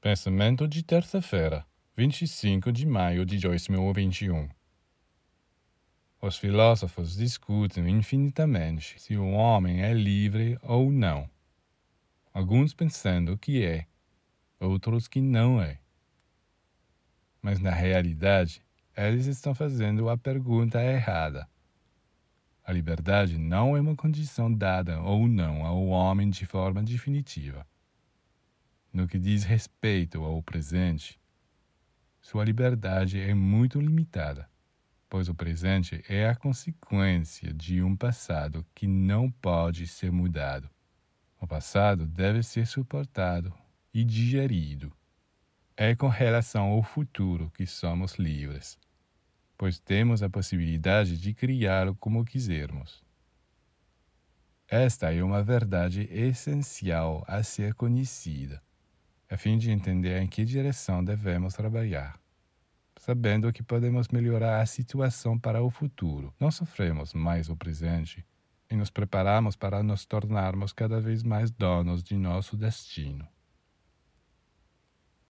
Pensamento de terça-feira, 25 de maio de 2021. Os filósofos discutem infinitamente se o homem é livre ou não. Alguns pensando que é, outros que não é. Mas na realidade, eles estão fazendo a pergunta errada. A liberdade não é uma condição dada ou não ao homem de forma definitiva. No que diz respeito ao presente, sua liberdade é muito limitada, pois o presente é a consequência de um passado que não pode ser mudado. O passado deve ser suportado e digerido. É com relação ao futuro que somos livres, pois temos a possibilidade de criá-lo como quisermos. Esta é uma verdade essencial a ser conhecida, a fim de entender em que direção devemos trabalhar. Sabendo que podemos melhorar a situação para o futuro, não sofremos mais o presente e nos preparamos para nos tornarmos cada vez mais donos de nosso destino.